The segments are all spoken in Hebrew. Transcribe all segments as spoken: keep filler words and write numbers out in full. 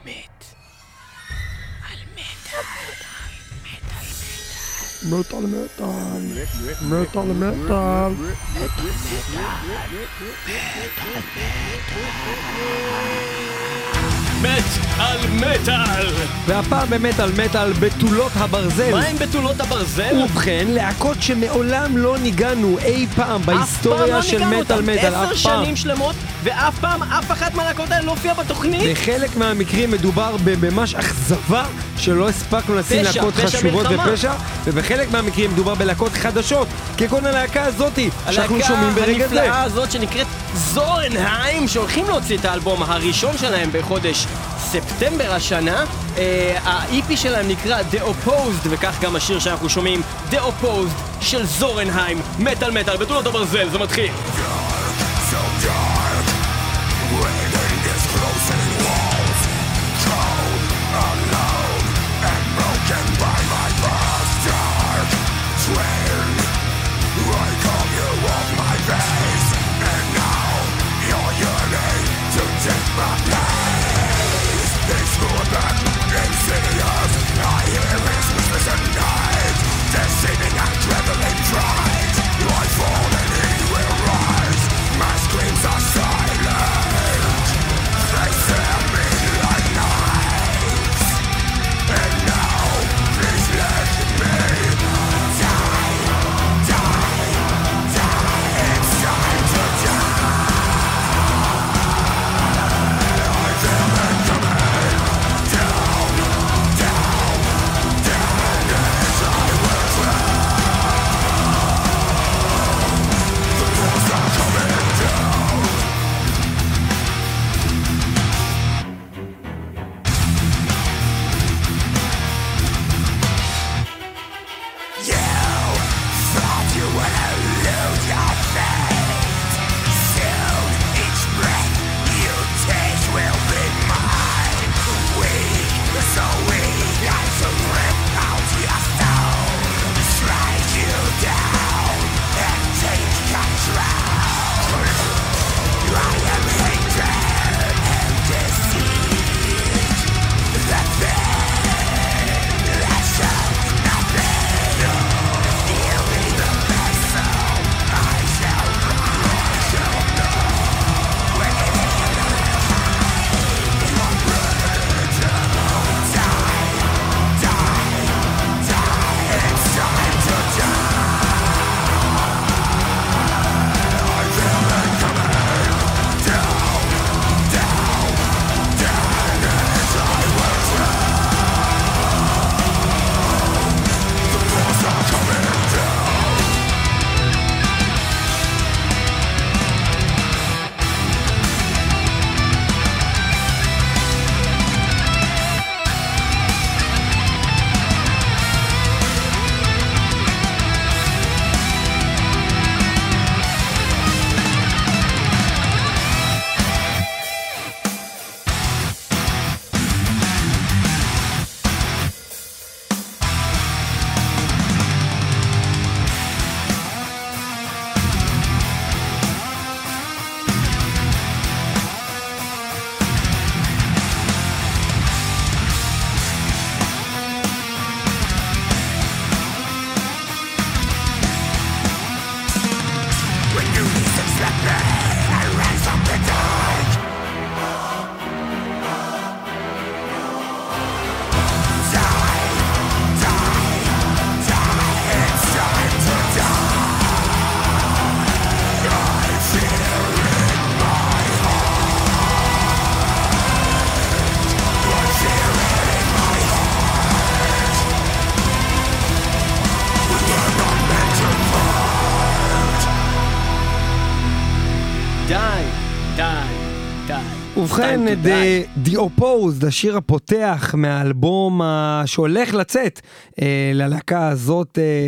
מת על מטל. מטל מטל מטל מטל מת על מטל. והפעם במטל מטל בתולות הברזל. מה עם בתולות הברזל? ובכן, להקות שמעולם לא ניגענו אי פעם בהיסטוריה של מטל מטל. עשר שנים שלמות ואף פעם אף אחת מהלהקות האלה לא הופיעה בתוכנית. בחלק מהמקרים מדובר בממש אכזבה שלא הספקנו לשים להקות חשובות ופשע, ובחלק מהמקרים מדובר בלהקות חדשות כגון הלהקה הזאת שאנחנו שומעים ברגע זה. הלהקה הנפלאה הזאת שנקראת זורנהיים, שהולכים להוציא את האלבום הראשון שלהם בחודש ספטמבר השנה. ה-אי פי שלהם נקרא The Opposed, וכך גם השיר שאנחנו שומעים, The Opposed של זורנהיים. מטל מטל בתולות הברזל, זה מתחיל. ובכן, The, The Opposed, השיר הפותח מהאלבום שהולך לצאת אה, ללהקה הזאת, אה,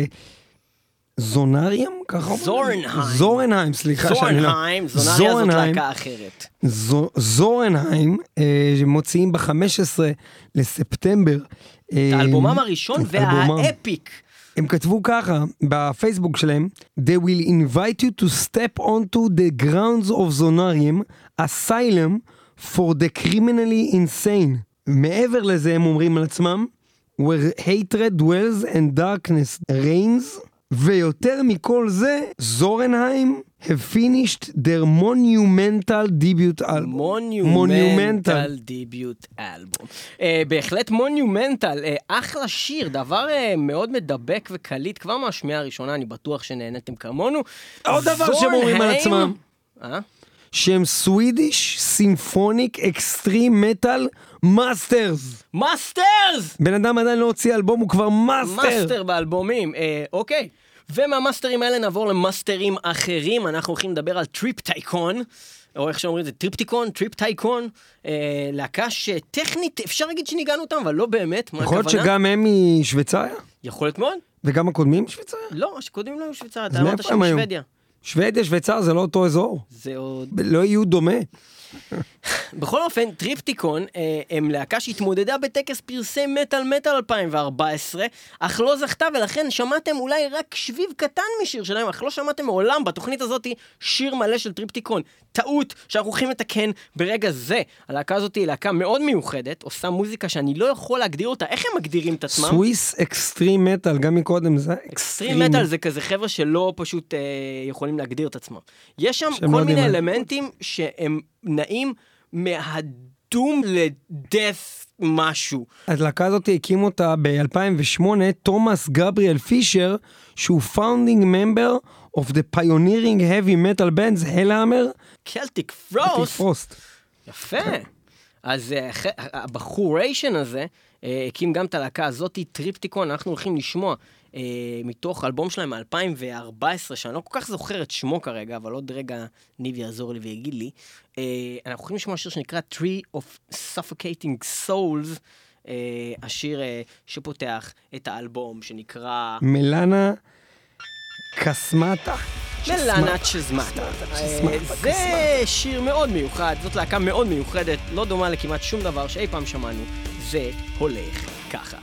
זונריום? זורנהיים. זורנהיים, סליחה. זורנהיים, זונריה זאת להקה אחרת. זו, זורנהיים, אה, שמוציאים ב-חמישה עשר לספטמבר. את האלבומם הראשון והאפיק. הם כתבו ככה בפייסבוק שלהם, They will invite you to step onto the grounds of Zonarium, asylum for the criminally insane. מעבר לזה הם אומרים על עצמם, where hatred dwells and darkness reigns, ויותר מכל זה, זורנהיים have finished their monumental debut album. monumental debut album. Uh, בהחלט monumental, uh, אחלה שיר, דבר uh, מאוד מדבק וקליט, כבר מהשמיעה הראשונה, אני בטוח שנהנתם כמונו. עוד דבר שהם אומרים על עצמם. אה? שהם סווידיש סימפוניק אקסטרים מטל מאסטרס. מאסטרס! בן אדם עדיין לא הוציא אלבום, הוא כבר מאסטר. מאסטר באלבומים, אה, אוקיי. ומהמאסטרים האלה נעבור למאסטרים אחרים, אנחנו הולכים לדבר על טריפ טייקון, או איך שאומרים את זה, טריפטיקון, טריפ טייקון, אה, להקה שטכנית אפשר להגיד שניגענו אותם, אבל לא באמת, מה הכוונה? יכול להיות שגם הם משוויצריה? יכול להיות מאוד. וגם הקודמים משוויצריה? לא, שקודמים לא משוויצריה, אתה אמרת שם שוודיה. שוודיה, שוויצר, זה לא אותו אזור. זה עוד... לא יהיו דומה. בכל אופן, טריפטיקון הם להקה שהתמודדה בטקס פרסי מטל מטל אלפיים וארבע עשרה, אך לא זכתה, ולכן שמעתם אולי רק שביב קטן משיר שלהם, אך לא שמעתם מעולם בתוכנית הזאת שיר מלא של טריפטיקון. טעות שאנחנו הולכים לתקן ברגע זה. הלהקה הזאת היא להקה מאוד מיוחדת, עושה מוזיקה שאני לא יכול להגדיר אותה. איך הם מגדירים את עצמם? סוויס אקסטרים מטל, גם מקודם זה אקסטרים מטל זה כזה חבר'ה שלא פשוט אה, יכולים להגדיר את עצמם. יש שם כל לא מיני אלמנטים שהם נעים מהדום לדף משהו. הלהקה הזאת הקים אותה ב-אלפיים ושמונה, תומאס גבריאל פישר, שהוא founding member of the pioneering heavy metal bands, הלהמר, קלטיק פרוסט. יפה. אז הבחור ריישן הזה הקים גם את הלהקה הזאת, טריפטיקון, אנחנו הולכים לשמוע מתוך אלבום שלהם מ-אלפיים וארבע עשרה, שאני לא כל כך זוכר את שמו כרגע, אבל עוד רגע ניב יעזור לי ויגיד לי. אנחנו הולכים לשמוע שיר שנקרא Tree of Suffocating Souls, השיר שפותח את האלבום שנקרא... מלאנה קסמטה. מלאנה צ'זמטה. זה שיר מאוד מיוחד, זאת להקה מאוד מיוחדת, לא דומה לכמעט שום דבר שאי פעם שמענו. זה הולך ככה.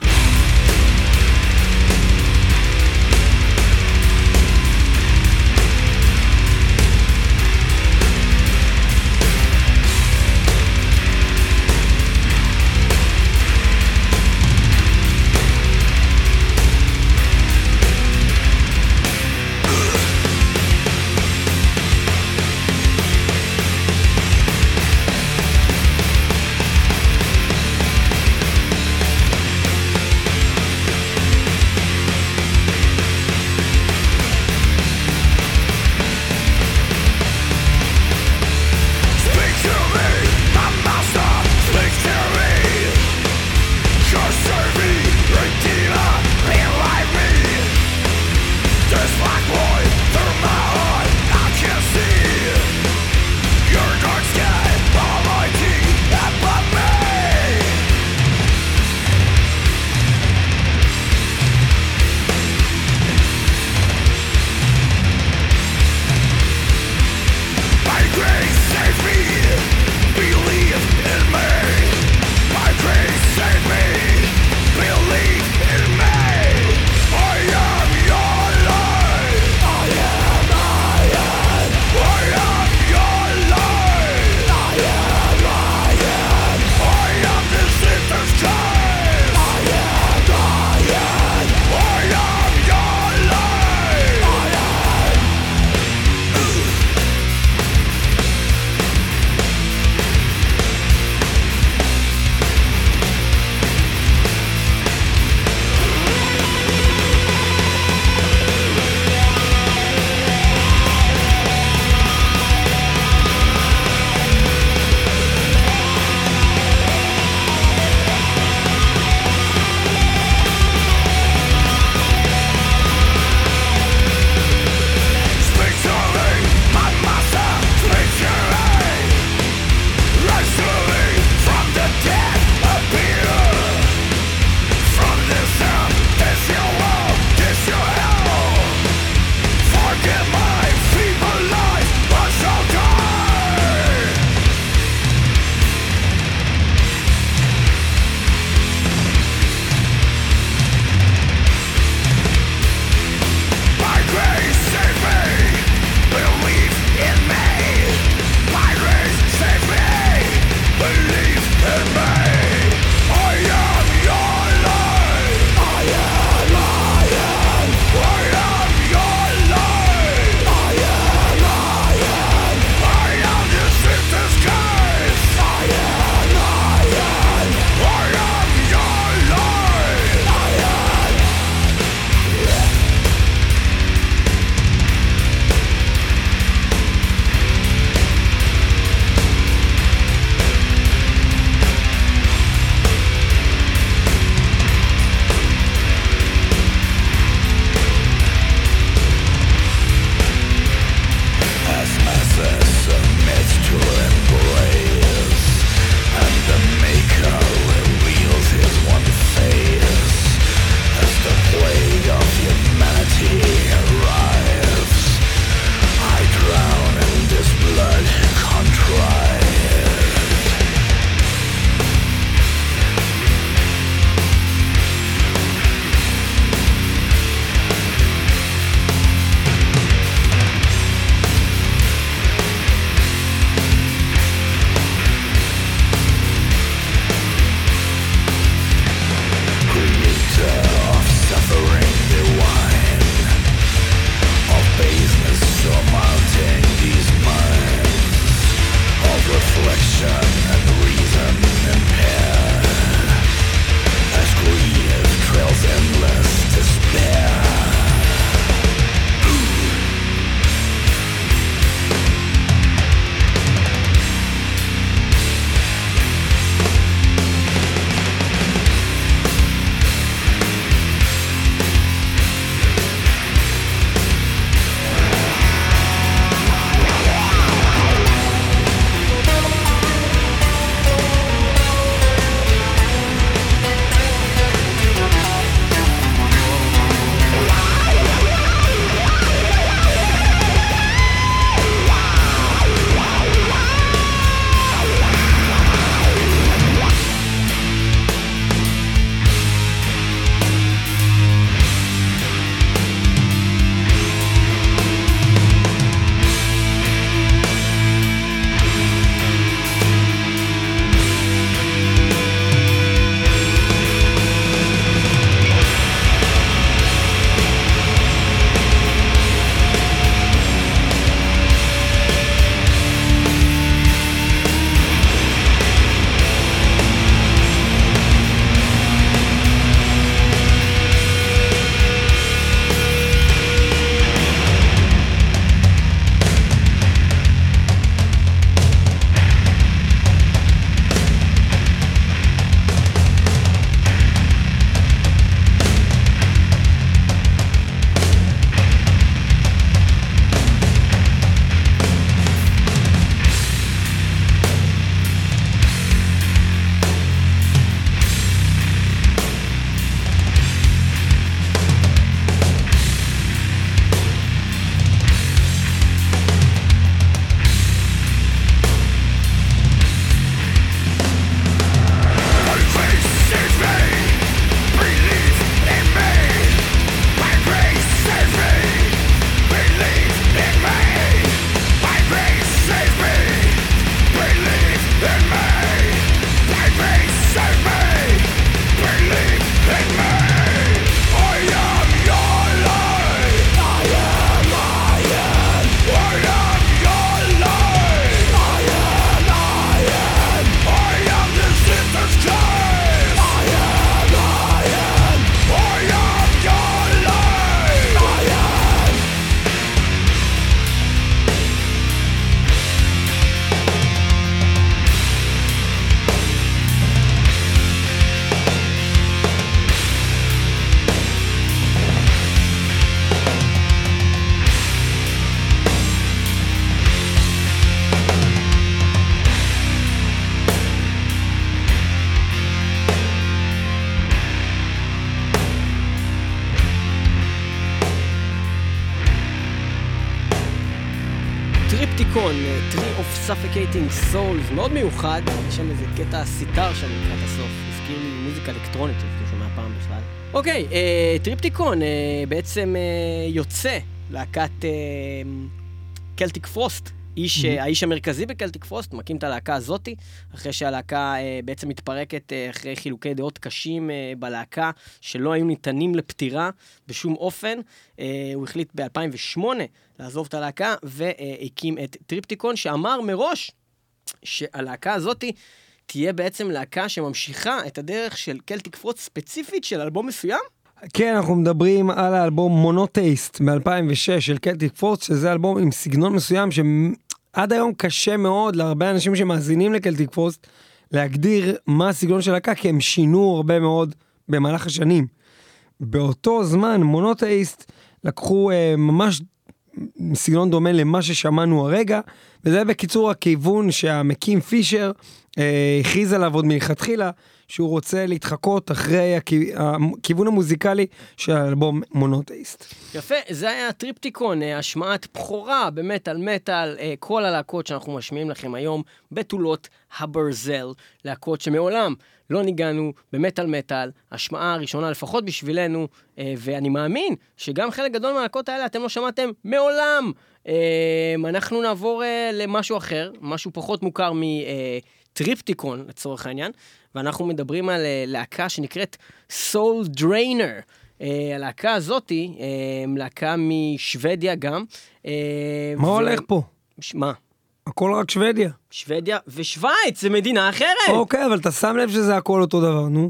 טריפטיקון, Tree of Suffocating Souls, מאוד מיוחד, יש שם איזה קטע סיטר שם לקראת הסוף, הזכיר לי מוזיקה אלקטרונית, אני שומע פעם בכלל. אוקיי, טריפטיקון בעצם יוצא להקת קלטיק פרוסט, איש, mm-hmm. האיש המרכזי בקלטיק פרוסט, מקים את הלהקה הזאת, אחרי שהלהקה אה, בעצם מתפרקת אה, אחרי חילוקי דעות קשים אה, בלהקה, שלא היו ניתנים לפתירה בשום אופן. אה, הוא החליט ב-אלפיים ושמונה לעזוב את הלהקה, והקים את טריפטיקון, שאמר מראש שהלהקה הזאת תהיה בעצם להקה שממשיכה את הדרך של קלטיק פרוסט ספציפית של אלבום מסוים. כן, אנחנו מדברים על האלבום מונוטייסט מ-אלפיים ושש של קלטיק פרוסט, שזה אלבום עם סגנון מסוים שעד היום קשה מאוד להרבה אנשים שמאזינים לקלטיק פרוסט להגדיר מה הסגנון של הלהקה, כי הם שינו הרבה מאוד במהלך השנים. באותו זמן מונוטייסט לקחו אה, ממש סגנון דומה למה ששמענו הרגע, וזה היה בקיצור הכיוון שהמקים פישר אה, הכריז עליו עוד מלכתחילה, שהוא רוצה להתחקות אחרי הכיוון המוזיקלי של האלבום מונוטייסט. יפה, זה היה טריפטיקון, השמעת בחורה במטל מטל, כל הלהקות שאנחנו משמיעים לכם היום, בתולות הברזל, להקות שמעולם לא ניגענו במטל מטל, השמעה הראשונה לפחות בשבילנו, ואני מאמין שגם חלק גדול מהלהקות האלה אתם לא שמעתם מעולם. אנחנו נעבור למשהו אחר, משהו פחות מוכר מטריפטיקון לצורך העניין, ואנחנו מדברים על להקה שנקראת Soul Drainer. הלהקה הזאת היא להקה משוודיה גם. מה הולך פה? מה? הכל רק שוודיה. שוודיה ושוויץ, זה מדינה אחרת. אוקיי, אבל אתה שם לב שזה הכל אותו דבר, נו.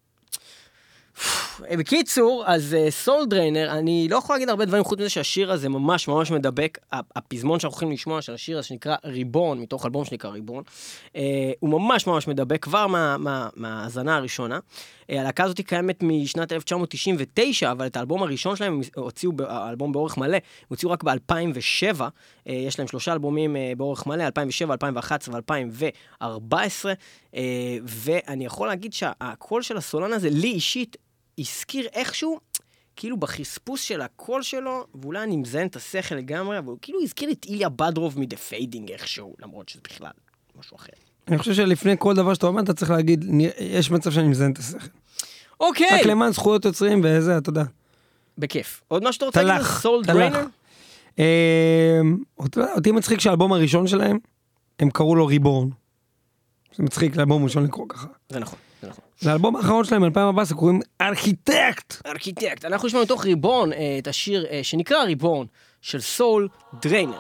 בקיצור, אז סול דריינר, אני לא יכול להגיד הרבה דברים חוץ מזה שהשיר הזה ממש ממש מדבק, הפזמון שאנחנו יכולים לשמוע של השיר הזה שנקרא ריבון, מתוך אלבום שנקרא ריבון, הוא ממש ממש מדבק כבר מההזנה הראשונה. הלהקה הזאת קיימת משנת אלף תשע מאות תשעים ותשע, אבל את האלבום הראשון שלהם הוציאו, האלבום באורך מלא, הוציאו רק ב-אלפיים ושבע, יש להם שלושה אלבומים באורך מלא, אלפיים ושבע, אלפיים ואחת עשרה ו-אלפיים וארבע עשרה, ואני יכול להגיד שהקול של הסולן הזה, לי אישית, הזכיר איכשהו, כאילו בחספוס של הקול שלו, ואולי אני מזיין את השכל לגמרי, אבל כאילו הזכיר את איליה בדרוב מדה פיידינג איכשהו, למרות שזה בכלל משהו אחר. אני חושב שלפני כל דבר שאתה אומר, אתה צריך להגיד, יש מצב שאני מזיין את השכל. אוקיי. רק למען זכויות יוצרים ואיזה, אתה יודע. בכיף. עוד מה שאתה רוצה להגיד? סול דריינר? אותי מצחיק שהאלבום הראשון שלהם, הם קראו לו ריבורן. זה מצחיק לאלבום ראשון לקרוא ככה. זה נכון, זה נכון. לאלבום האחרון שלהם, אלפיים וארבע עשרה, קוראים ארכיטקט. ארכיטקט. אנחנו נשמע מתוך ריבורן, את השיר שנקרא ריבורן, של סול דריינר.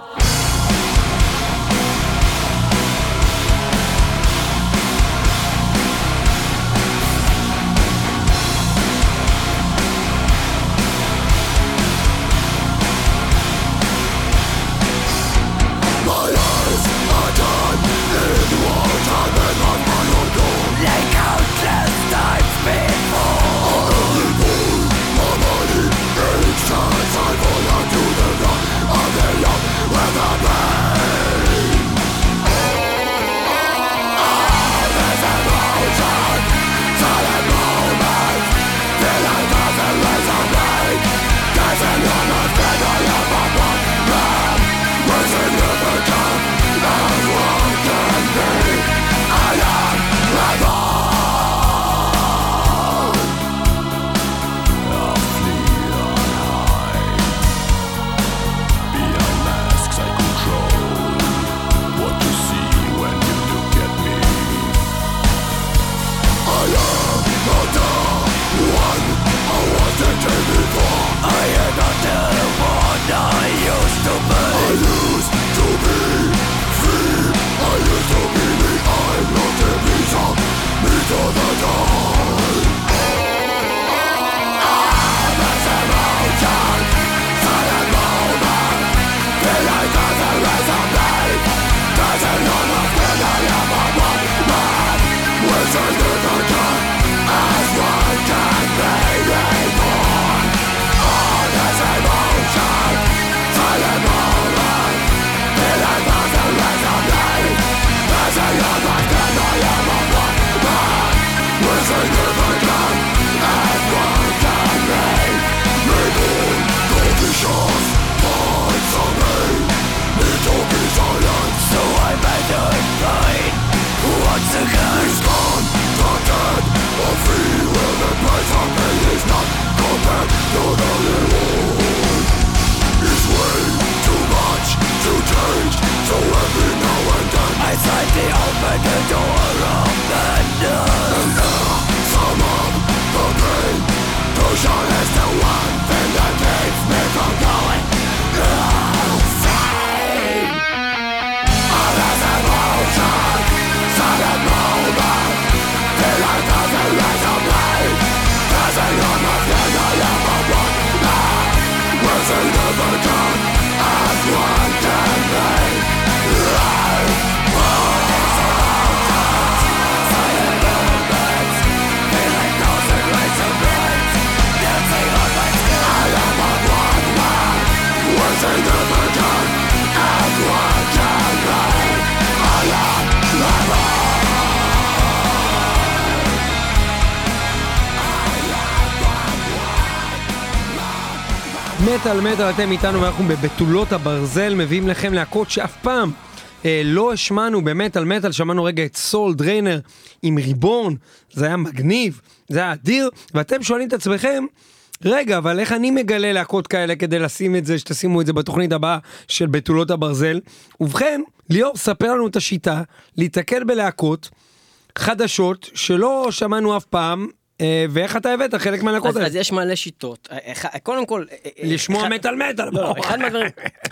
מטל מטל, אתם איתנו ואנחנו בבתולות הברזל, מביאים לכם להקות שאף פעם אה, לא השמענו במטל מטל. שמענו רגע את סול דריינר עם ריבון, זה היה מגניב, זה היה אדיר, ואתם שואלים את עצמכם, רגע, אבל איך אני מגלה להקות כאלה כדי לשים את זה, שתשימו את זה בתוכנית הבאה של בתולות הברזל? ובכן, ליאור, ספר לנו את השיטה, להתקל בלהקות חדשות שלא שמענו אף פעם, ואיך אתה הבאת חלק מהלהקות האלה? אז יש מלא שיטות. קודם כל... לשמוע מטל מטל. לא, אחד מהדברים...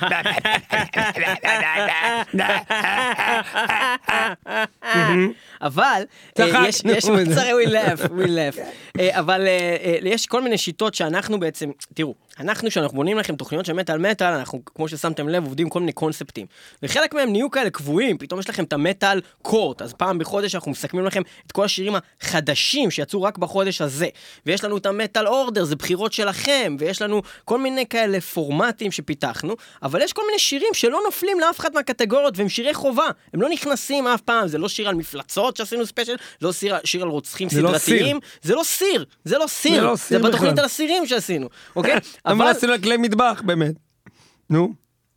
אבל... יש... we laugh, we laugh. אבל יש כל מיני שיטות שאנחנו בעצם... תראו, אנחנו, שאנחנו בונים לכם תוכניות של מטל מטל, אנחנו, כמו ששמתם לב, עובדים כל מיני קונספטים. וחלק מהם נהיו כאלה קבועים, פתאום יש לכם את המטל קורט, אז פעם בחודש אנחנו מסכמים לכם את כל השירים החדשים שיצאו רק בחודש הזה. ויש לנו את המטל אורדר, זה בחירות שלכם, ויש לנו כל מיני כאלה פורמטים שפיתחנו, אבל יש כל מיני שירים שלא נופלים לאף אחד מהקטגוריות, והם שירי חובה. הם לא נכנסים אף פעם, זה לא שיר על מפלצות שעשינו ספיישל, לא שיר, שיר על רוצחים סדרתיים, זה לא סיר, זה לא סיר, זה בתוכנית על הסירים שעשינו, אוקיי? אבל עשינו כלי מטבח, באמת. נו.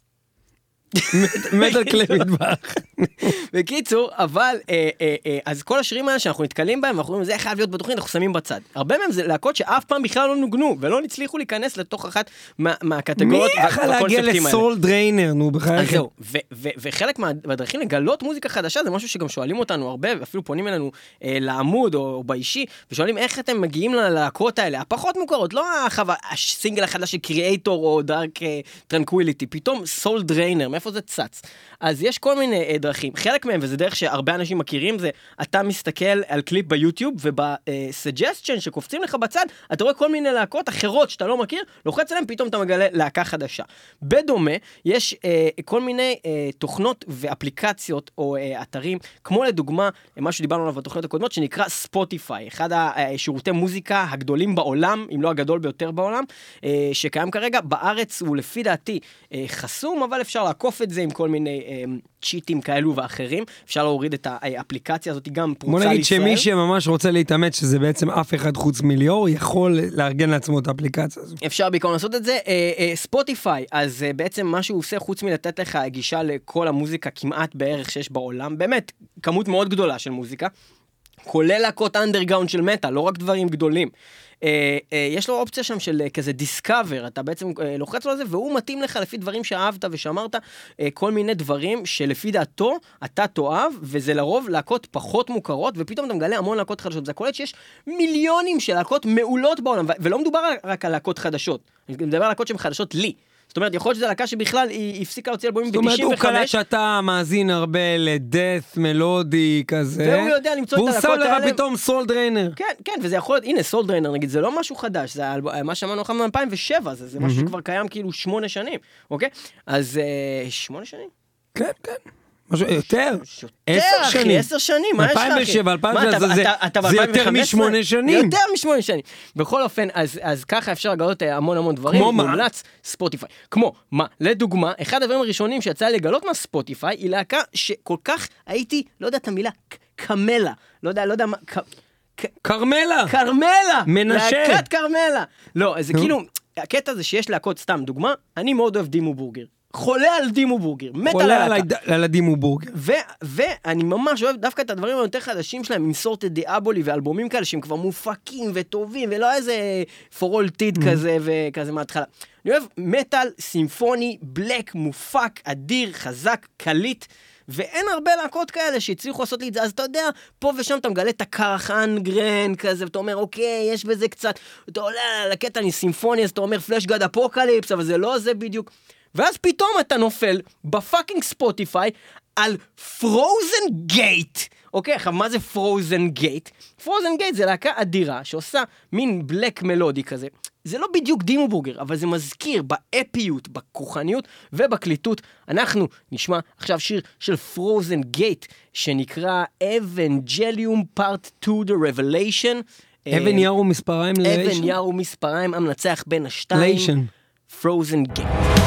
מטל כלי מטבח. בקיצור, אבל, אז כל השירים האלה שאנחנו נתקלים בהם, ואנחנו אומרים, זה חייב להיות בתוכנית, אנחנו שמים בצד. הרבה מהם זה להקות שאף פעם בכלל לא נוגנו, ולא נצליחו להיכנס לתוך אחת מהקטגוריות והקונספטים האלה. מי יכל להגיע לסול דריינר, נו, בכלל. אז זהו, וחלק מהדרכים לגלות מוזיקה חדשה, זה משהו שגם שואלים אותנו הרבה, ואפילו פונים אלינו לעמוד או באישי, ושואלים איך אתם מגיעים ללהקות האלה, הפחות מוכרות, לא הסינגל החדש של קריאייטור או דארק טרנקוויליטי, פתאום סול דריינר, מאיפה זה צץ? אז יש כל מיני דרכים. חלק מהם, וזה דרך שהרבה אנשים מכירים, זה אתה מסתכל על קליפ ביוטיוב, ובסג'סטשן שקופצים לך בצד, אתה רואה כל מיני להקות אחרות שאתה לא מכיר, לוחץ עליהם, פתאום אתה מגלה להקה חדשה. בדומה, יש כל מיני תוכנות ואפליקציות או אתרים, כמו לדוגמה, מה שדיברנו עליו בתוכניות הקודמות, שנקרא ספוטיפיי, אחד השירותי מוזיקה הגדולים בעולם, אם לא הגדול ביותר בעולם, שקיים כרגע. בארץ הוא לפי דעתי חסום, אבל אפשר לעקוף את זה עם כל מיני צ'יטים כאלו ואחרים. אפשר להוריד את האפליקציה הזאת, גם פרוצה לישראל. בוא נגיד שמי שממש רוצה להתאמץ, שזה בעצם אף אחד חוץ מליאור, יכול לארגן לעצמו את האפליקציה הזו. אפשר בעיקרון לעשות את זה. ספוטיפיי, אז בעצם מה שהוא עושה, חוץ מלתת לך גישה לכל המוזיקה כמעט בערך שיש בעולם, באמת, כמות מאוד גדולה של מוזיקה, כולל להקות אנדרגאונד של מטה, לא רק דברים גדולים. יש לו אופציה שם של כזה דיסקאבר, אתה בעצם לוחץ לו על זה, והוא מתאים לך לפי דברים שאהבת ושמרת, כל מיני דברים שלפי דעתו אתה תאהב, וזה לרוב להקות פחות מוכרות, ופתאום אתה מגלה המון להקות חדשות. זה קולט שיש מיליונים של להקות מעולות בעולם, ולא מדובר רק על להקות חדשות, אני מדבר על להקות שהן חדשות לי. זאת אומרת, יכול להיות שזו להקה שבכלל היא הפסיקה להוציא אלבומים ב-תשעים וחמש. זאת אומרת, הוא קלט שאתה מאזין הרבה לדאט, מלודי, כזה. והוא יודע למצוא את הלהקות האלה. והוא שם לך פתאום סול דריינר. כן, כן, וזה יכול להיות, הנה, סול דריינר, נגיד, זה לא משהו חדש, זה מה שאמרנו לכם מ-אלפיים ושבע, זה משהו שכבר קיים כאילו שמונה שנים, אוקיי? אז שמונה שנים? כן, כן. משהו יותר, עשר שנים, עשר שנים, מה יש לך אחי? אלפיים ושבע, אלפיים ושבע, זה יותר משמונה שנים. יותר משמונה שנים. בכל אופן, אז ככה אפשר לגלות המון המון דברים. כמו מה? מומלץ ספוטיפיי. כמו מה? לדוגמה, אחד הדברים הראשונים שיצא לגלות מהספוטיפיי, היא להקה שכל כך הייתי, לא יודע את המילה, קמלה. לא יודע, לא יודע מה... קרמלה. קרמלה. מנשה. להקת קרמלה. לא, זה כאילו, הקטע זה שיש להקות, סתם דוגמה, אני מאוד אוהב דימו בורגר. חולה על דימו בורגר, מת על חולה הלהקה. על הדימו בורגר. ואני ממש אוהב דווקא את הדברים היותר חדשים שלהם, עם סורטד דיאבולי ואלבומים כאלה, שהם כבר מופקים וטובים, ולא איזה פורולטיד כזה וכזה מההתחלה. אני אוהב מטל, סימפוני, בלק, מופק, אדיר, חזק, קליט, ואין הרבה להקות כאלה שהצליחו לעשות לי את זה, אז אתה יודע, פה ושם אתה מגלה את הקרחן גרן כזה, ואתה אומר, אוקיי, יש בזה קצת, אתה עולה לקטע סימפוני, אז אתה אומר פלאש גד אפוקליפס, אבל זה לא זה בדיוק. ואז פתאום אתה נופל בפאקינג ספוטיפיי על פרוזן גייט. אוקיי, עכשיו מה זה פרוזן גייט? פרוזן גייט זה להקה אדירה שעושה מין בלק מלודי כזה. זה לא בדיוק דימו בורגר, אבל זה מזכיר באפיות, בכוחניות ובקליטות. אנחנו נשמע עכשיו שיר של פרוזן גייט שנקרא אבנג'ליום פארט שתיים The Revelation. אבן ירו מספריים ליישן. אבן ירו מספריים, המנצח בין השתיים. ליישן. פרוזן גייט.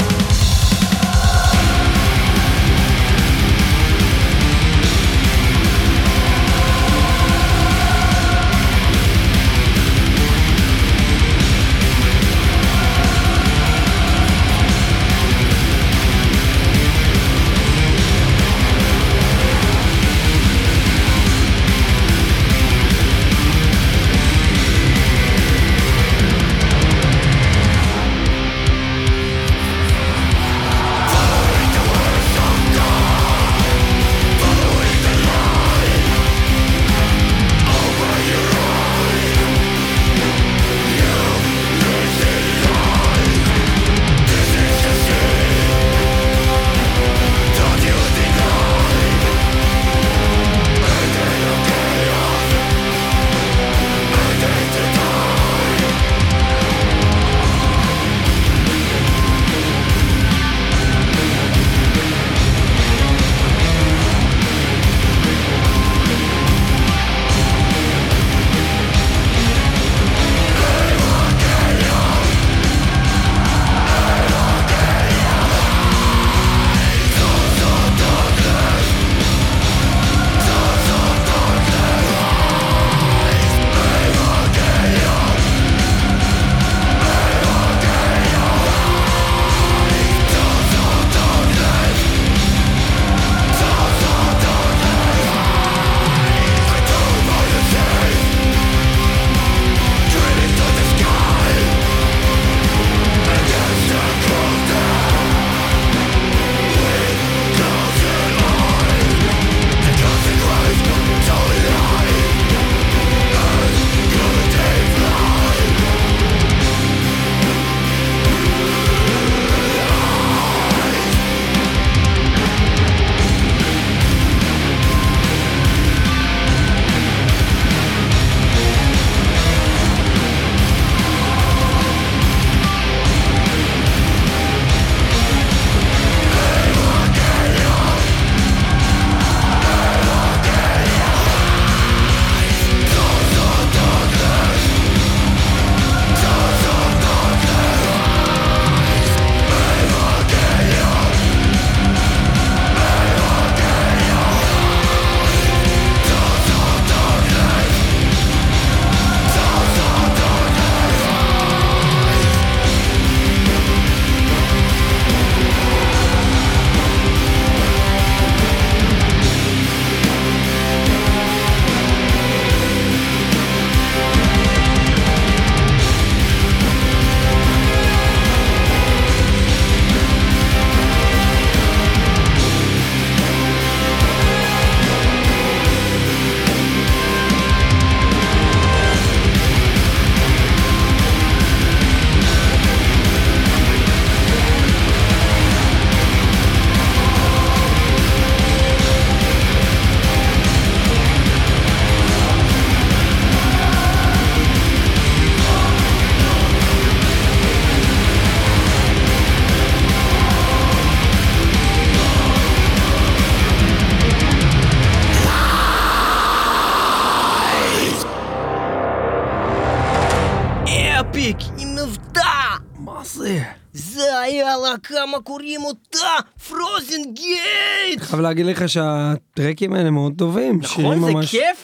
אפיק, היא מבטא! מה זה? זה היה להקה, מה קוראים אותה? פרוזן גייט! חייב להגיד לך שהטרקים האלה מאוד טובים. נכון, זה ממש... כיף?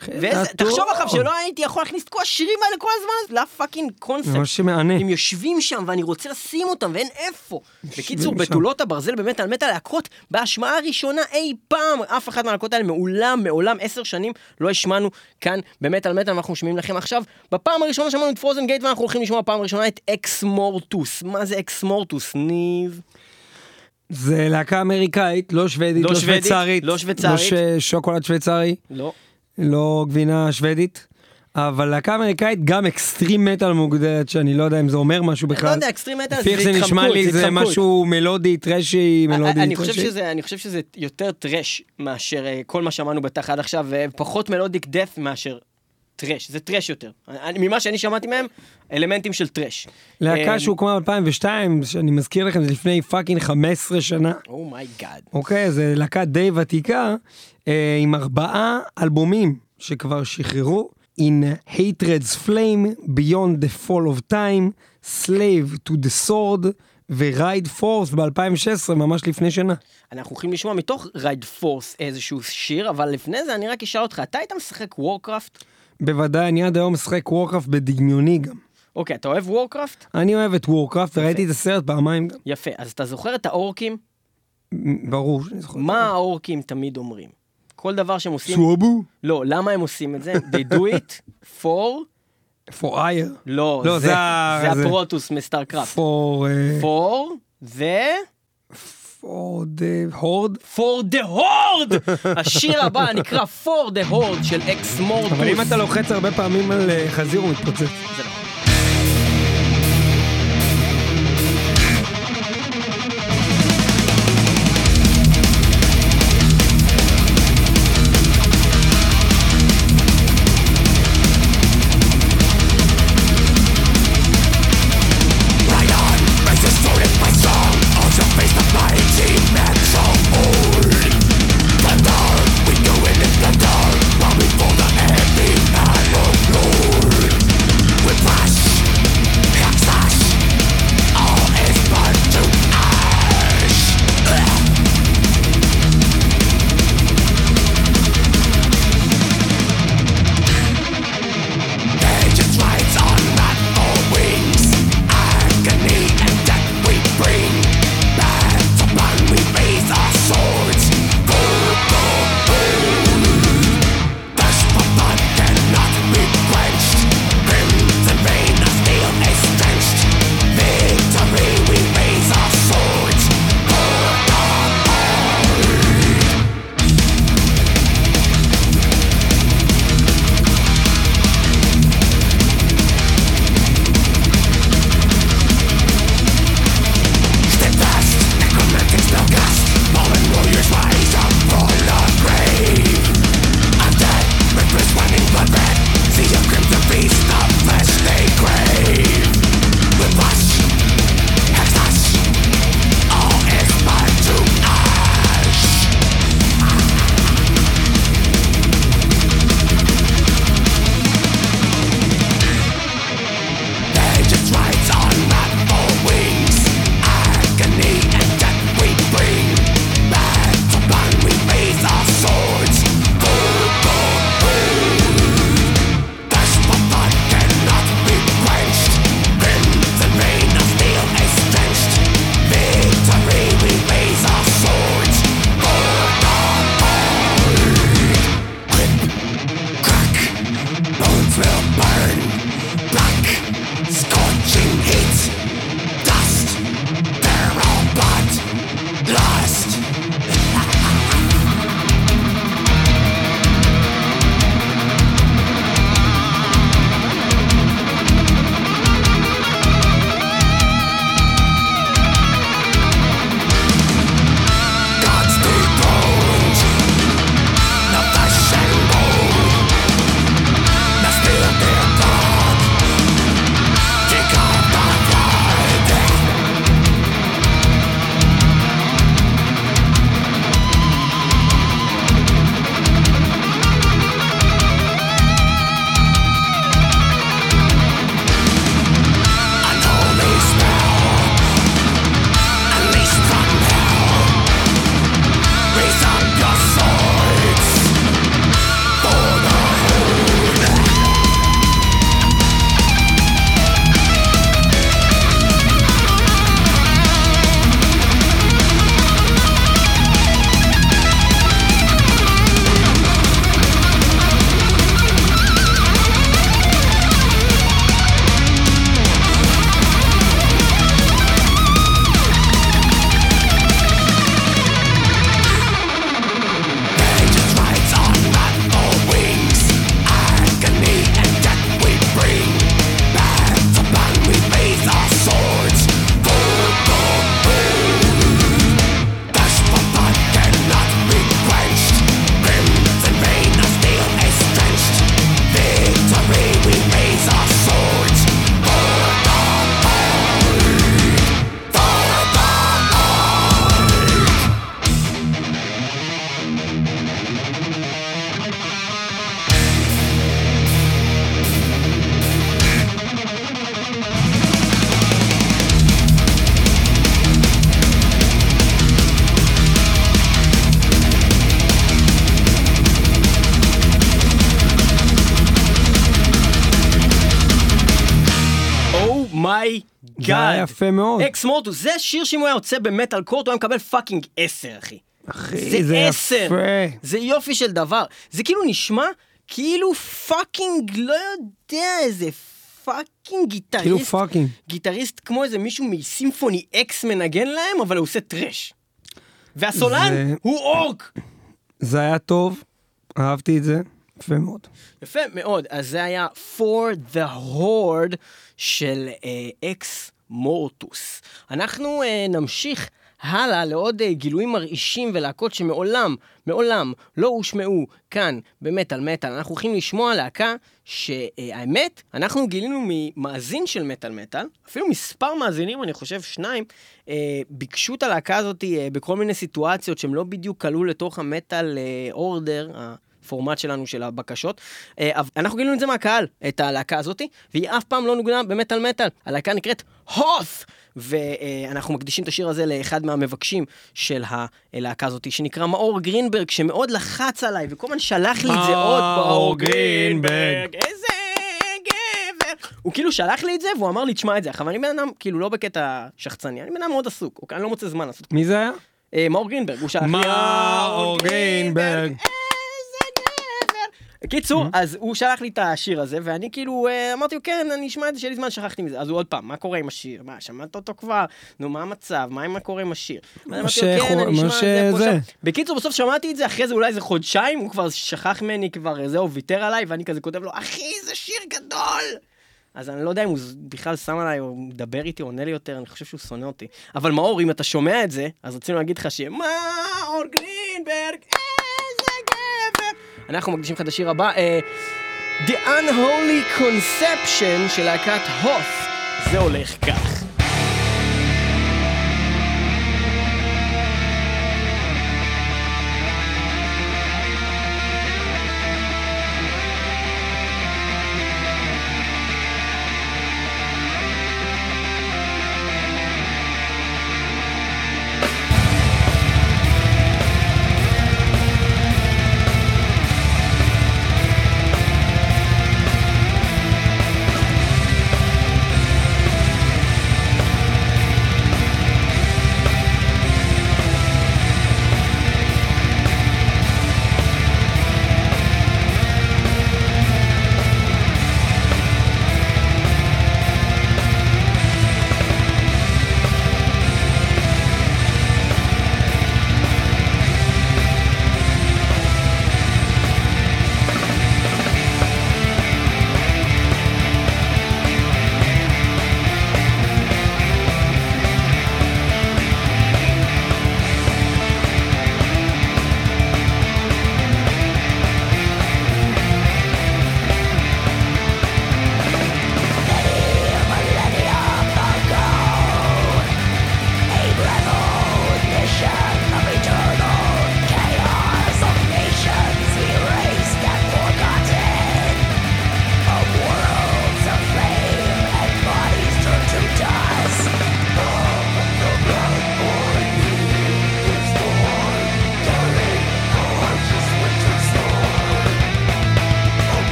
תחשוב עכשיו שלא הייתי יכול להכניס את כל השירים האלה כל הזמן, לא פאקינג קונספט. ממש שמענה. הם יושבים שם ואני רוצה לשים אותם ואין איפה. בקיצור, בתולות הברזל באמת על מת הלהקות, בהשמעה הראשונה אי פעם, אף אחד מהלהקות האלה מעולם, מעולם עשר שנים לא השמענו כאן באמת על מטל, ואנחנו שומעים לכם עכשיו. בפעם הראשונה שמענו את פרוזן גייט ואנחנו הולכים לשמוע בפעם הראשונה את אקס מורטוס. מה זה אקס מורטוס, ניב? זה להקה אמריקאית, לא שוודית, לא שוויצרית, לא שוויצרית, לא שוקולד שוויצרי, לא. לא גבינה שוודית, אבל להקה אמריקאית גם אקסטרים מטל מוגדרת, שאני לא יודע אם זה אומר משהו בכלל. לא יודע, אקסטרים מטל זה התחמקות, זה נשמע לי זה משהו מלודי, טרשי, מלודי, אני חושב שזה, אני חושב שזה יותר טרש מאשר כל מה שמענו בתח עד עכשיו, ופחות מלודיק דף מאשר טרש, זה טרש יותר. ממה שאני שמעתי מהם, אלמנטים של טרש. להקה שהוקמה ב-אלפיים ושתיים, שאני מזכיר לכם, זה לפני פאקינג חמש עשרה שנה. אומייגאד. אוקיי, זה להקה די ותיקה, עם ארבעה אלבומים שכבר שחררו, In Hatred's Flame, Beyond the Fall of Time, Slave to the Sword, ו-Ride Force ב-אלפיים ושש עשרה, ממש לפני שנה. אנחנו הולכים לשמוע מתוך Ride Force איזשהו שיר, אבל לפני זה אני רק אשאל אותך, אתה היית משחק וורקראפט? בוודאי, אני עד היום משחק וורקראפט בדמיוני גם. אוקיי, אתה אוהב וורקראפט? אני אוהב את וורקראפט, וראיתי את הסרט פעמיים גם. יפה, אז אתה זוכר את האורקים? ברור שאני זוכר. מה האורקים תמיד אומרים? כל דבר שהם עושים... סוואבו? לא, למה הם עושים את זה? They do it for... for ire. לא, לא, זה, זה, זה זה הפרוטוס מסטארקראפט. for... Uh, for the... for the horde. for the horde! השיר הבא נקרא for the horde של אקס מורטוס. אבל אם אתה לוחץ הרבה פעמים על uh, חזיר הוא מתפוצץ. זה נכון. We're מיי גאד. זה היה יפה מאוד. אקס מורטוס, זה שיר שאם הוא היה יוצא במטל קורט, הוא היה מקבל פאקינג עשר, אחי. אחי, זה יפה. זה יופי של דבר. זה כאילו נשמע כאילו פאקינג, לא יודע, איזה פאקינג גיטריסט. כאילו פאקינג. גיטריסט כמו איזה מישהו מסימפוני אקס מנגן להם, אבל הוא עושה טרש. והסולן זה... הוא אורק. זה היה טוב, אהבתי את זה, יפה מאוד. יפה מאוד, אז זה היה For the Horde של אקס מורטוס. אנחנו uh, נמשיך הלאה לעוד uh, גילויים מרעישים ולהקות שמעולם, מעולם לא הושמעו כאן במטל מטל. אנחנו הולכים לשמוע להקה שהאמת, אנחנו גילינו ממאזין של מטל מטל, אפילו מספר מאזינים, אני חושב שניים, uh, ביקשו את הלהקה הזאת uh, בכל מיני סיטואציות שהם לא בדיוק קלו לתוך המטל אורדר, uh, הפורמט שלנו של הבקשות. אנחנו גילינו את זה מהקהל, את הלהקה הזאת, והיא אף פעם לא נוגנה במטל מטל. הלהקה נקראת הות', ואנחנו מקדישים את השיר הזה לאחד מהמבקשים של הלהקה הזאת, שנקרא מאור גרינברג, שמאוד לחץ עליי, וכל הזמן שלח לי את זה עוד. מאור גרינברג, איזה גבר. הוא כאילו שלח לי את זה, והוא אמר לי, תשמע את זה. אבל אני בן אדם, כאילו לא בקטע שחצני, אני בן אדם מאוד עסוק, אני לא מוצא זמן לעשות. מי זה היה? מאור גרינברג, הוא שלח לי. מאור גרינברג. קיצור, אז הוא שלח לי את השיר הזה, ואני כאילו אמרתי לו, כן, אני אשמע את זה, שלי זמן שכחתי מזה. אז הוא עוד פעם, מה קורה עם השיר? מה, שמעת אותו כבר? נו, מה המצב? מה קורה עם השיר? בקיצור, בסוף שמעתי את זה, אחרי זה אולי איזה חודשיים, הוא כבר שכח ממני כבר, זהו, ויתר עליי, ואני כזה כותב לו, אחי, זה שיר גדול! אז אני לא יודע אם הוא בכלל שם עליי, או מדבר איתי, או עונה לי יותר, אני חושב שהוא שונא אותי. אבל מאור, אם אתה שומע את זה, אז רצינו להגיד לך ש... מאור גרינברג, איזה גבר! אנחנו מקדישים לך את השיר הבא, uh, The Unholy Conception של להקת הות'. זה הולך כך.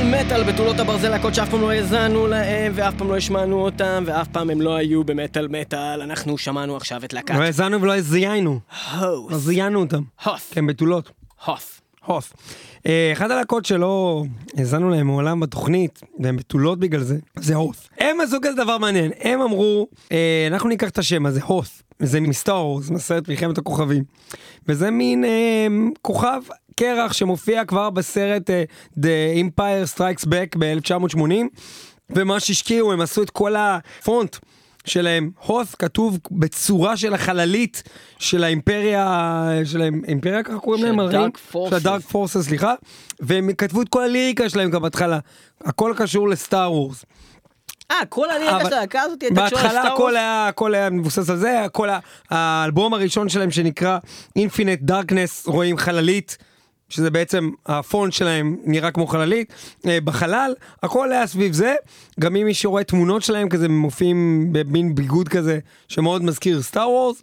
מטל, בתולות הברזל, להקות שאף פעם לא האזנו להם, ואף פעם לא השמענו אותם, ואף פעם הם לא היו במטל מטל. אנחנו שמענו עכשיו את להקת... לא האזנו ולא זיינו. הוס. לא זיינו אותם. הוס. כן, בתולות. הוס. הוס. אחד הלהקות שלא האזנו להם מעולם בתוכנית, והם בתולות בגלל זה, זה הוס. הם עשו כזה דבר מעניין. הם אמרו, אנחנו ניקח את השם הזה, הוס. זה מסטאר וורס, מסרט מלחמת הכוכבים. וזה מין אה, כוכב קרח שמופיע כבר בסרט אה, The Empire Strikes Back ב-אלף תשע מאות שמונים, ומה שהשקיעו, הם עשו את כל הפונט שלהם, הוס כתוב בצורה של החללית של האימפריה, של האימפריה ככה קוראים להם? של דארק פורסס. של דארק פורסס, סליחה. והם כתבו את כל הליריקה שלהם גם בהתחלה. הכל קשור לסטאר וורס. אה, כל הליריקה של הלהקה הזאת הייתה קשורה בהתחלה לסטאר הכל וורס? היה, הכל היה מבוסס על זה, הכל האלבום הראשון שלהם שנקרא Infinite Darkness, רואים חללית, שזה בעצם הפונט שלהם נראה כמו חללית, בחלל, הכל היה סביב זה, גם אם מי שרואה תמונות שלהם כזה מופיעים במין ביגוד כזה, שמאוד מזכיר סטאר וורס,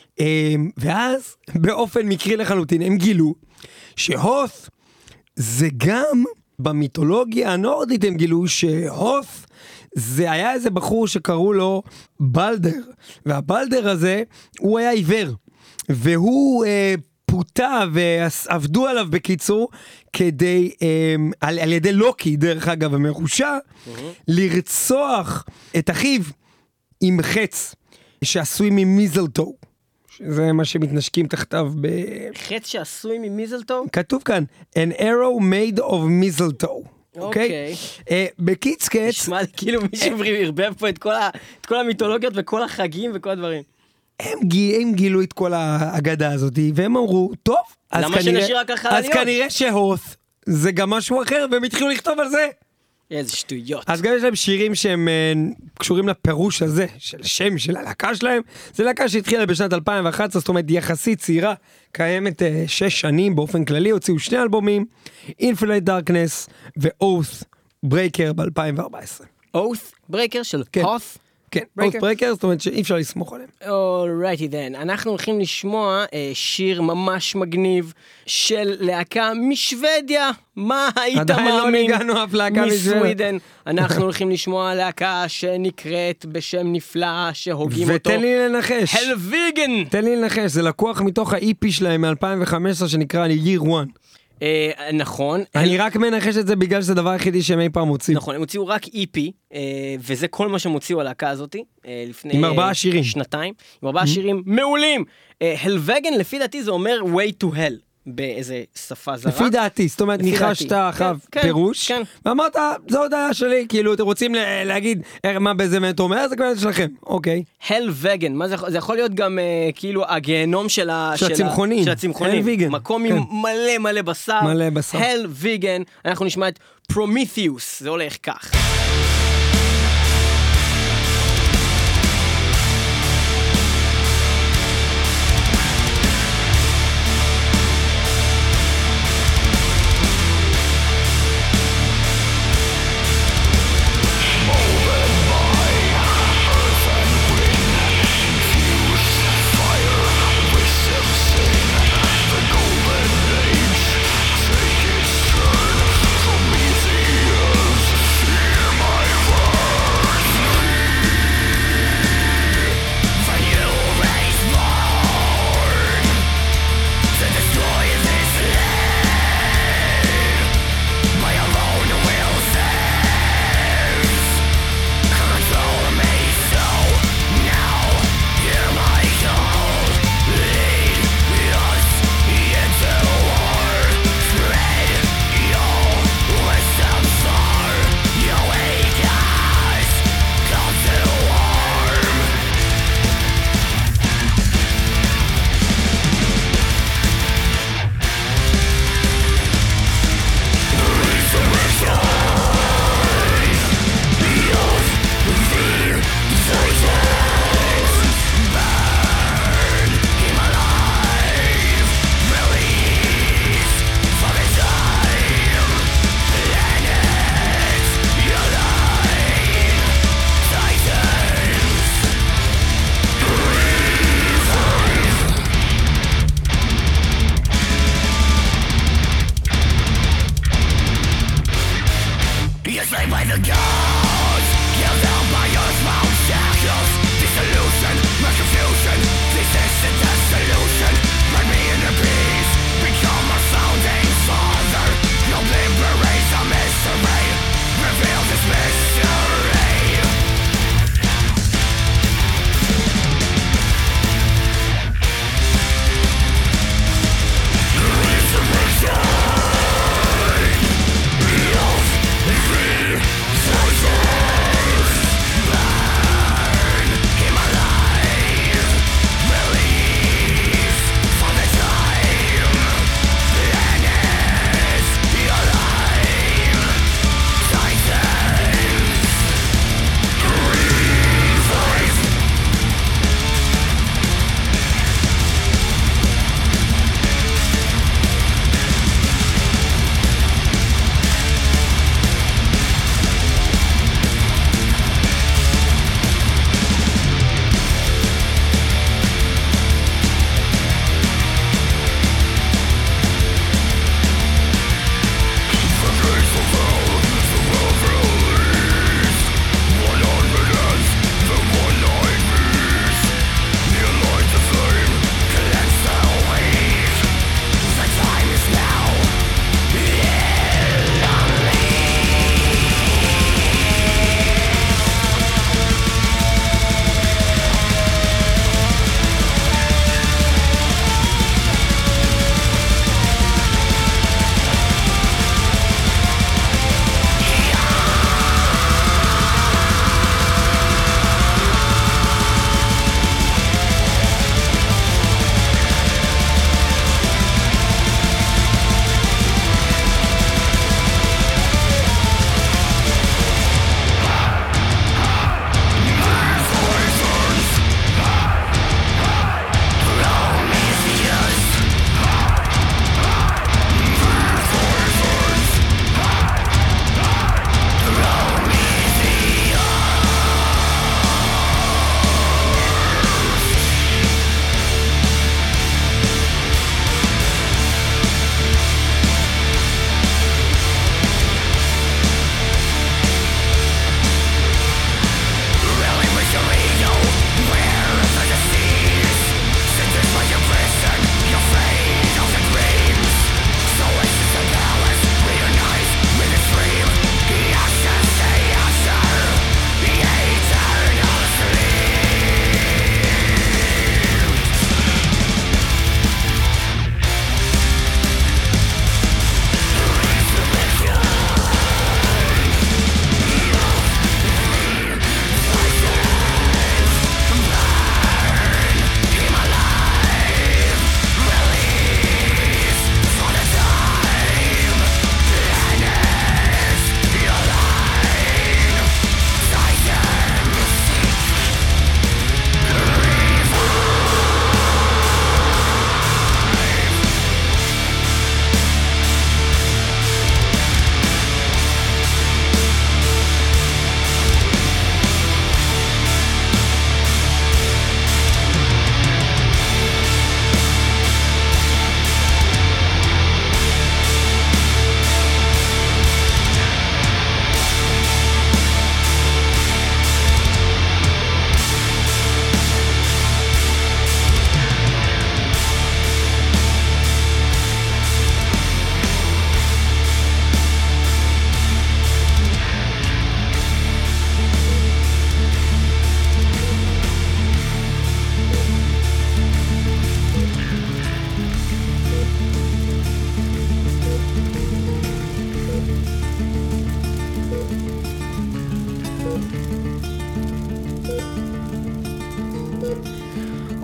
ואז באופן מקרי לחלוטין הם גילו שהוס זה גם במיתולוגיה הנורדית, הם גילו שהוס זה היה איזה בחור שקראו לו בלדר, והבלדר הזה הוא היה עיוור, והוא אה, פוטה ועבדו עליו בקיצור, כדי, אה, על, על ידי לוקי דרך אגב המרושע, mm-hmm. לרצוח את אחיו עם חץ שעשוי ממיזלטו. זה מה שמתנשקים תחתיו ב... חץ שעשוי ממיזלטו? כתוב כאן, an arrow made of mistletoe. אוקיי? בקיץ קץ... נשמע לי כאילו מישהו הרבב פה את כל המיתולוגיות וכל החגים וכל הדברים. הם גילו את כל האגדה הזאת, והם אמרו, טוב, למה שנשאיר רק לחלליות? אז כנראה שהוס זה גם משהו אחר, והם התחילו לכתוב על זה. איזה שטויות. אז גם יש להם שירים שהם קשורים לפירוש הזה, של השם של הלהקה שלהם. זה להקה שהתחילה בשנת אלפיים ואחת עשרה, זאת אומרת יחסית צעירה, קיימת שש שנים באופן כללי, הוציאו שני אלבומים, Infinite Darkness ו-Oath Breaker ב-אלפיים וארבע עשרה. Oath Breaker של הוס? כן, Oath Breaker, זאת אומרת שאי אפשר לסמוך עליהם. Alrighty then, אנחנו הולכים לשמוע אה, שיר ממש מגניב של להקה משוודיה. מה היית מאמין? עדיין לא ניגענו אף להקה מסווידן. אנחנו הולכים לשמוע להקה שנקראת בשם נפלא שהוגים אותו. ותן לי לנחש. הלוויגן. תן לי לנחש, זה לקוח מתוך ה-אי פי שלהם מ-אלפיים וחמש עשרה שנקרא Year One. Uh, נכון. אני רק מנחש את זה בגלל שזה הדבר היחידי שהם אי פעם הוציאו. נכון, הם הוציאו רק אי פי, uh, וזה כל מה שהם הוציאו על הלהקה הזאת, uh, לפני עם ארבעה שירים. שנתיים, עם ארבעה שירים מעולים. הלוויגן, לפי דעתי זה אומר way to hell, באיזה שפה זרה. לפי דעתי, זאת אומרת, ניחשת אחריו פירוש, ואמרת, זו הודעה שלי, כאילו, אתם רוצים להגיד מה באיזה מנט אומר, זה כבר שלכם, אוקיי. הלוויגן, מה זה, זה יכול להיות גם כאילו הגיהנום של הצמחונים, של הצמחונים, מקום עם מלא מלא בשר, מלא בשר. הלוויגן, אנחנו נשמע את פרומיתיוס, זה הולך כך. Prometheus,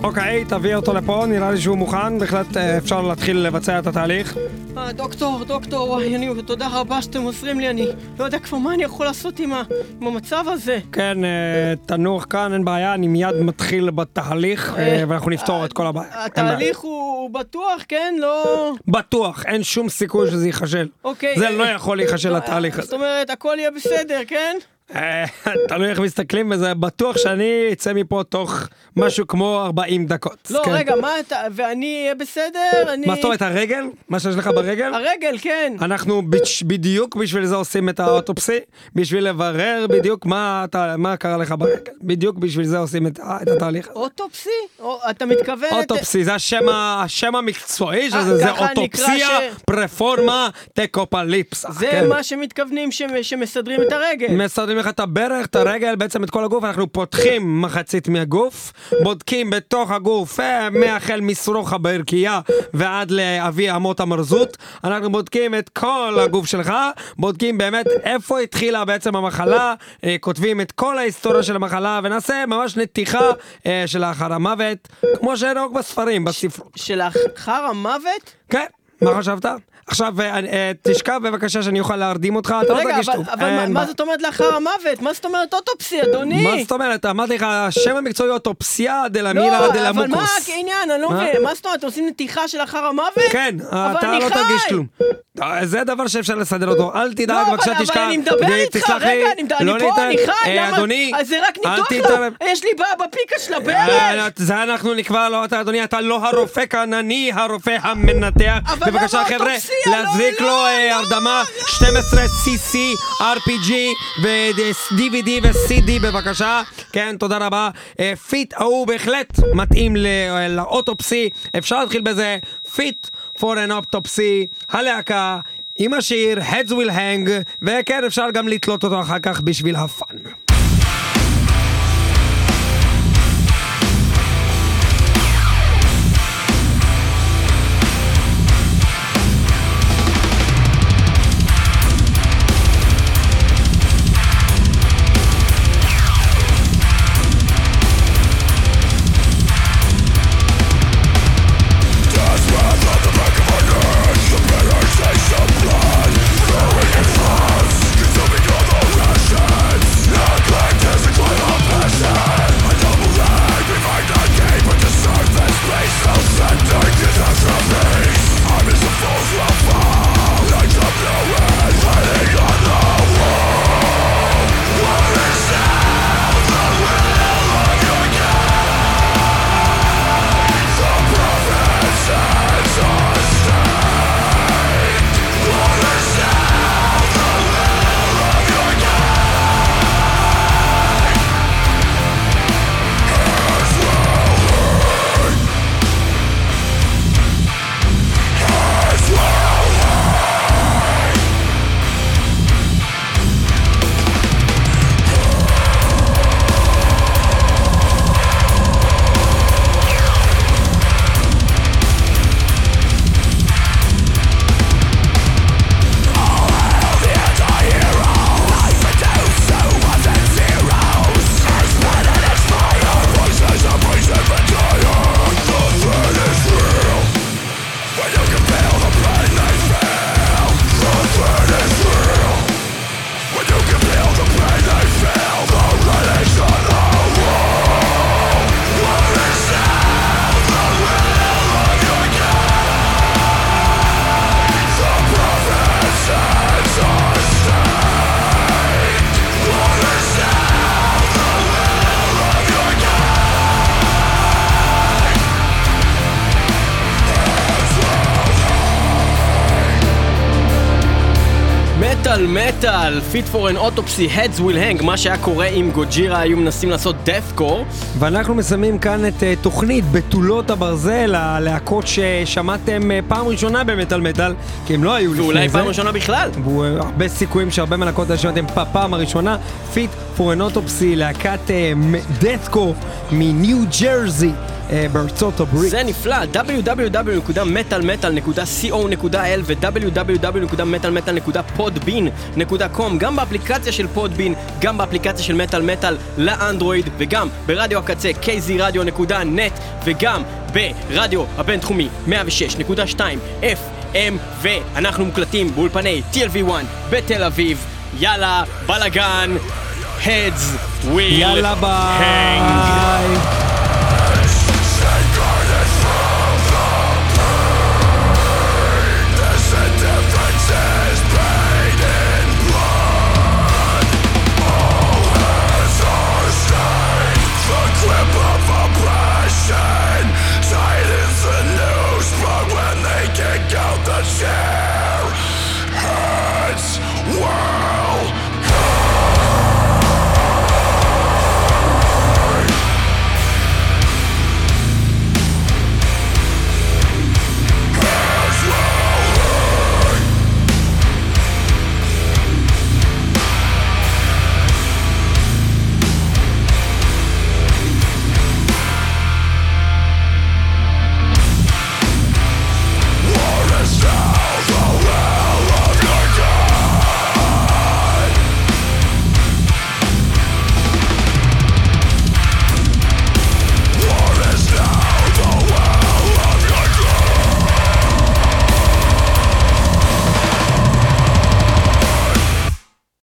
אוקיי, תביא אותו לפה, נראה לי שהוא מוכן, בהחלט אפשר להתחיל לבצע את התהליך. דוקטור, דוקטור, אני, תודה רבה שאתם עוזרים לי, אני לא יודע כבר מה אני יכול לעשות עם, ה, עם המצב הזה. כן, תנוח כאן, אין בעיה, אני מיד מתחיל בתהליך, ואנחנו נפתור את כל הבעיה. התהליך הוא בטוח, כן? לא... בטוח, אין שום סיכוי שזה ייחשל. אוקיי. זה לא יכול להיחשל התהליך הזה. זאת אומרת, הכל יהיה בסדר, כן? תלוי איך מסתכלים בזה, בטוח שאני אצא מפה תוך משהו כמו ארבעים דקות. לא, רגע, מה אתה, ואני אהיה בסדר? מה זאת אומרת, הרגל? מה שיש לך ברגל? הרגל, כן. אנחנו בדיוק בשביל זה עושים את האוטופסי, בשביל לברר בדיוק מה קרה לך ברגל. בדיוק בשביל זה עושים את התהליך. אוטופסי? אתה מתכוון... אוטופסי, זה השם המקצועי שזה, זה אוטופסיה פרפורמה טקופליפס. זה מה שמתכוונים שמסדרים את הרגל. מסדרים לך את הברך, את הרגל, בעצם את כל הגוף, אנחנו פותחים מחצית מהגוף, בודקים בתוך הגוף, מהחל מסרוך הברכייה ועד לאבי אמות המרזות, אנחנו בודקים את כל הגוף שלך, בודקים באמת איפה התחילה בעצם המחלה, כותבים את כל ההיסטוריה של המחלה, ונעשה ממש נתיחה של לאחר המוות, כמו שנהוג בספרים, בספרות. של לאחר המוות? כן, מה חשבת? עכשיו, תשכב בבקשה שאני אוכל להרדים אותך, אתה לא תרגיש טוב. אבל מה זאת אומרת לאחר המוות? מה זאת אומרת אוטופסיה, אדוני? מה זאת אומרת? אמרתי לך, השם המקצועי אוטופסיה דלמילה דלמוקוס. אבל מה העניין? אני לא מבין. מה זאת אומרת? אתם עושים נתיחה של לאחר המוות? כן, אתה לא תרגיש כלום. זה דבר שאפשר לסדר אותו. אל תדאג, בבקשה תשכב. אבל אני מדבר איתך, רגע, אני פה, אני חי. אדוני, זה רק ניתוח לו. יש לי בעיה בפיקה של הברך. זה אנחנו נקבע לו, אדוני, אתה לא הרופא כאן, אני הרופא המנתח. בבקשה, חבר'ה, להזריק לו הרדמה שתים עשרה סי סי, אר פי ג'י ו-די וי די ו-סי די בבקשה. כן, תודה רבה. פיט הוא בהחלט מתאים לאוטופסי, אפשר להתחיל בזה. פיט for an autopsy, הלהקה עם השיר Heads will hang, וכן אפשר גם לתלות אותו אחר כך בשביל הפן. מטל מטל, Fit for an Autopsy, Heads will hang, מה שהיה קורה אם גוג'ירה היו מנסים לעשות דאת'קור. ואנחנו מסיימים כאן את uh, תוכנית בתולות הברזל, הלהקות ששמעתם uh, פעם ראשונה במטל מטל, כי הם לא היו לפני זה. ואולי פעם ראשונה בכלל. והרבה סיכויים שהרבה מלהקות שמעתם פעם הראשונה. Fit for an Autopsy, להקת דאת'קור מניו ג'רזי. בארצות הברית. זה נפלא, דאבליו דאבליו דאבליו נקודה מטל מטל נקודה קו נקודה איי אל ו-דאבליו דאבליו דאבליו נקודה מטל מטל נקודה פודבין נקודה קום, גם באפליקציה של פודבין, גם באפליקציה של מטל מטל לאנדרואיד, וגם ברדיו הקצה קיי זי רדיו נקודה נט, וגם ברדיו הבינתחומי מאה ושש נקודה שתיים אף אם, ואנחנו מוקלטים באולפני טי אל וי וואן בתל אביב. יאללה, בלגן, heads will יאללה ביי. hang.